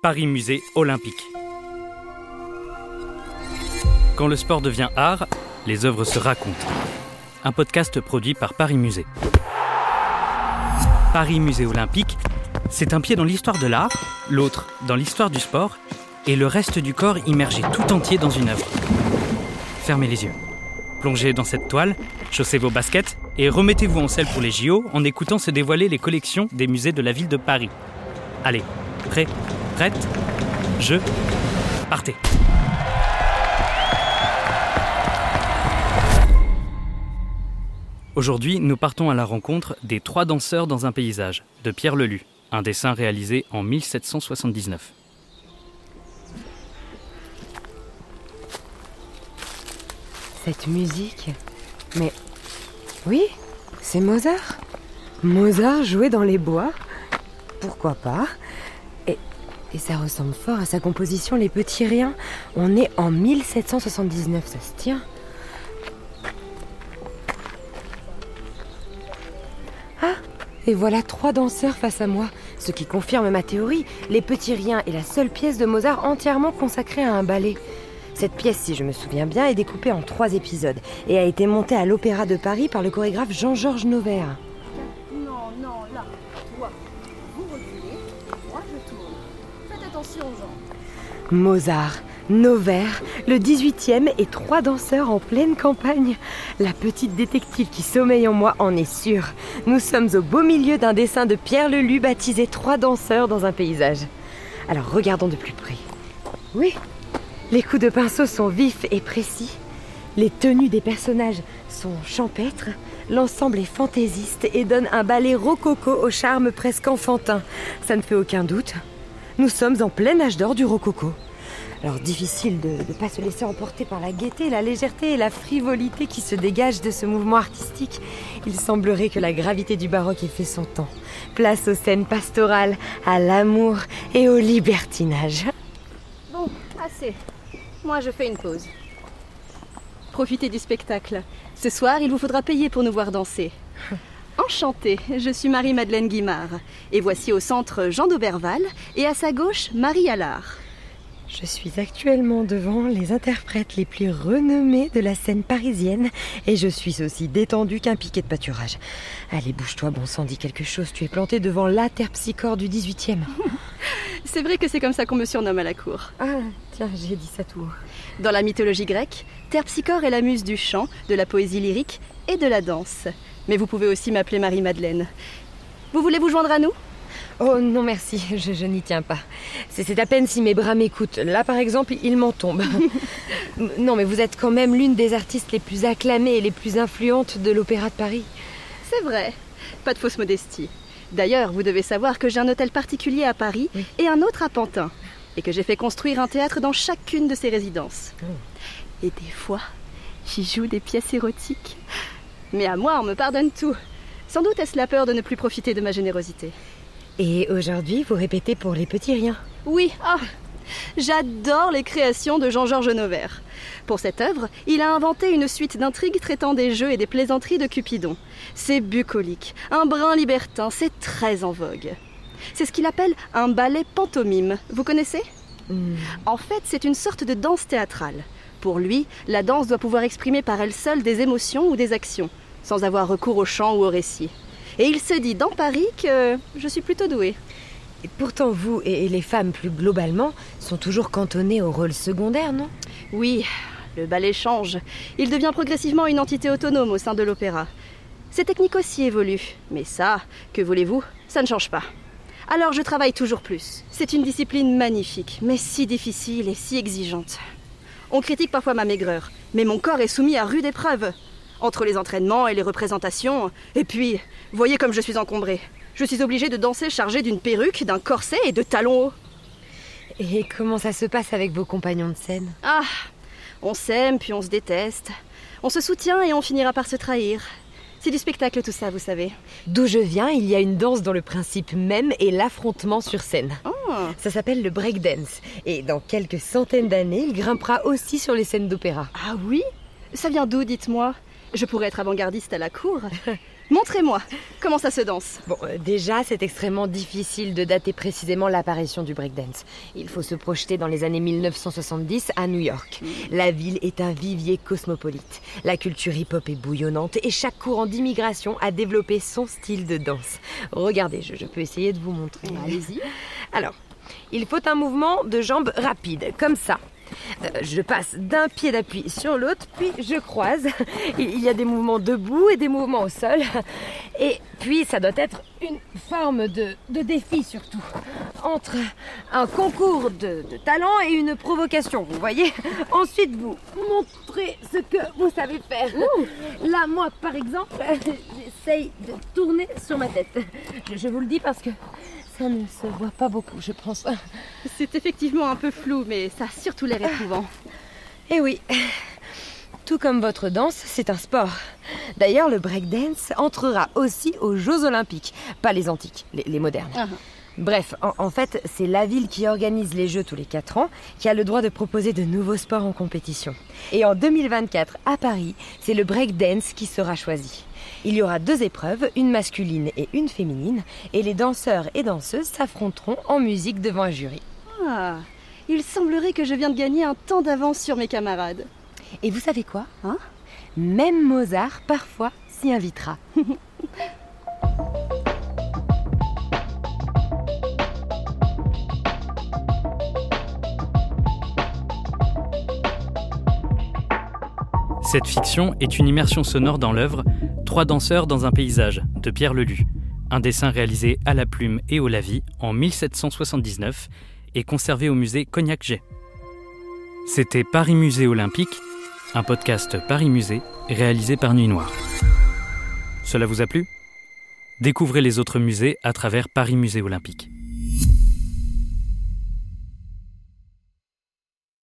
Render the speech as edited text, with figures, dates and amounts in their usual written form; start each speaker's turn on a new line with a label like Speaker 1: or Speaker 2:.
Speaker 1: Paris Musée Olympique. Quand le sport devient art, les œuvres se racontent. Un podcast produit par Paris Musée. Paris Musée Olympique, c'est un pied dans l'histoire de l'art, l'autre dans l'histoire du sport, et le reste du corps immergé tout entier dans une œuvre. Fermez les yeux. Plongez dans cette toile, chaussez vos baskets et remettez-vous en selle pour les JO en écoutant se dévoiler les collections des musées de la ville de Paris. Allez, prêt, prête, jeu, partez. Aujourd'hui, nous partons à la rencontre des 3 danseurs dans un paysage, de Pierre Lelu, un dessin réalisé en 1779.
Speaker 2: Cette musique... Mais... Oui, c'est Mozart. Mozart jouait dans les bois. Pourquoi pas ? Et ça ressemble fort à sa composition Les Petits Riens. On est en 1779, ça se tient. Ah, et voilà 3 danseurs face à moi. Ce qui confirme ma théorie. Les Petits Riens est la seule pièce de Mozart entièrement consacrée à un ballet. Cette pièce, si je me souviens bien, est découpée en 3 épisodes et a été montée à l'Opéra de Paris par le chorégraphe Jean-Georges Nauvert.
Speaker 3: Non, là, toi, vous reculez, moi je tourne. Faites attention aux gens.
Speaker 2: Mozart, Nauvert, le 18e et 3 danseurs en pleine campagne. La petite détective qui sommeille en moi en est sûre. Nous sommes au beau milieu d'un dessin de Pierre Lelu baptisé 3 danseurs dans un paysage. Alors regardons de plus près. Oui, les coups de pinceau sont vifs et précis. Les tenues des personnages sont champêtres. L'ensemble est fantaisiste et donne un ballet rococo au charme presque enfantin. Ça ne fait aucun doute. Nous sommes en plein âge d'or du rococo. Alors difficile de ne pas se laisser emporter par la gaieté, la légèreté et la frivolité qui se dégagent de ce mouvement artistique. Il semblerait que la gravité du baroque ait fait son temps. Place aux scènes pastorales, à l'amour et au libertinage.
Speaker 3: Bon, assez. Moi, je fais une pause. Profitez du spectacle. Ce soir, il vous faudra payer pour nous voir danser. Enchantée, je suis Marie-Madeleine Guimard. Et voici au centre Jean d'Auberval et à sa gauche, Marie Allard.
Speaker 2: Je suis actuellement devant les interprètes les plus renommés de la scène parisienne et je suis aussi détendue qu'un piquet de pâturage. Allez, bouge-toi, bon sang, dis quelque chose. Tu es plantée devant la terpsichore du 18e.
Speaker 3: C'est vrai que c'est comme ça qu'on me surnomme à la cour.
Speaker 2: Ah, tiens, j'ai dit ça tout haut.
Speaker 3: Dans la mythologie grecque, Terpsichore est la muse du chant, de la poésie lyrique et de la danse. Mais vous pouvez aussi m'appeler Marie-Madeleine. Vous voulez vous joindre à nous ?
Speaker 2: Oh non merci, je n'y tiens pas. C'est à peine si mes bras m'écoutent. Là par exemple, il m'en tombe. Non mais vous êtes quand même l'une des artistes les plus acclamées et les plus influentes de l'Opéra de Paris.
Speaker 3: C'est vrai, pas de fausse modestie. D'ailleurs, vous devez savoir que j'ai un hôtel particulier à Paris et un autre à Pantin. Et que j'ai fait construire un théâtre dans chacune de ces résidences. Et des fois, j'y joue des pièces érotiques. Mais à moi, on me pardonne tout. Sans doute est-ce la peur de ne plus profiter de ma générosité.
Speaker 2: Et aujourd'hui, vous répétez pour Les Petits Riens.
Speaker 3: Oui, j'adore les créations de Jean-Georges Nauvert. Pour cette œuvre, il a inventé une suite d'intrigues traitant des jeux et des plaisanteries de Cupidon. C'est bucolique, un brin libertin, c'est très en vogue. C'est ce qu'il appelle un ballet pantomime. Vous connaissez ? En fait, c'est une sorte de danse théâtrale. Pour lui, la danse doit pouvoir exprimer par elle seule des émotions ou des actions, sans avoir recours au chant ou au récit. Et il se dit dans Paris que je suis plutôt douée.
Speaker 2: Et pourtant, vous et les femmes plus globalement sont toujours cantonnées au rôle secondaire, non ?
Speaker 3: Oui, le ballet change. Il devient progressivement une entité autonome au sein de l'opéra. Ses techniques aussi évoluent. Mais ça, que voulez-vous, ça ne change pas. Alors je travaille toujours plus. C'est une discipline magnifique, mais si difficile et si exigeante. On critique parfois ma maigreur, mais mon corps est soumis à rude épreuve. Entre les entraînements et les représentations, et puis, voyez comme je suis encombrée. Je suis obligée de danser chargée d'une perruque, d'un corset et de talons hauts.
Speaker 2: Et comment ça se passe avec vos compagnons de scène ?
Speaker 3: On s'aime puis on se déteste. On se soutient et on finira par se trahir. C'est du spectacle tout ça, vous savez.
Speaker 2: D'où je viens, il y a une danse dont le principe même est l'affrontement sur scène. Ça s'appelle le breakdance. Et dans quelques centaines d'années, il grimpera aussi sur les scènes d'opéra.
Speaker 3: Ah oui ? Ça vient d'où, dites-moi ? Je pourrais être avant-gardiste à la cour. Montrez-moi, comment ça se danse?
Speaker 2: Bon, déjà, c'est extrêmement difficile de dater précisément l'apparition du breakdance. Il faut se projeter dans les années 1970 à New York. La ville est un vivier cosmopolite. La culture hip-hop est bouillonnante et chaque courant d'immigration a développé son style de danse. Regardez, je peux essayer de vous montrer.
Speaker 3: Allez-y.
Speaker 2: Alors, il faut un mouvement de jambes rapide, comme ça. Je passe d'un pied d'appui sur l'autre, puis je croise. Il y a des mouvements debout et des mouvements au sol. Et puis ça doit être une forme de défi surtout. Entre un concours de talent et une provocation, vous voyez. Ensuite, vous montrez ce que vous savez faire. Là, moi, par exemple, j'essaye de tourner sur ma tête. Je vous le dis parce que ça ne se voit pas beaucoup, je pense.
Speaker 3: C'est effectivement un peu flou, mais ça a surtout l'air éprouvant.
Speaker 2: Eh oui, tout comme votre danse, c'est un sport. D'ailleurs, le breakdance entrera aussi aux Jeux Olympiques, pas les antiques, les modernes. Bref, en fait, c'est la ville qui organise les Jeux tous les 4 ans, qui a le droit de proposer de nouveaux sports en compétition. Et en 2024, à Paris, c'est le breakdance qui sera choisi. Il y aura 2 épreuves, une masculine et une féminine, et les danseurs et danseuses s'affronteront en musique devant un jury.
Speaker 3: Ah, il semblerait que je viens de gagner un temps d'avance sur mes camarades.
Speaker 2: Et vous savez quoi ?
Speaker 3: Hein ?
Speaker 2: Même Mozart, parfois, s'y invitera.
Speaker 1: Cette fiction est une immersion sonore dans l'œuvre « 3 danseurs dans un paysage » de Pierre Lelu, un dessin réalisé à la plume et au lavis en 1779 et conservé au musée Cognac-Jay. C'était Paris Musée Olympique, un podcast Paris Musée réalisé par Nuit Noire. Cela vous a plu ? Découvrez les autres musées à travers Paris Musée Olympique.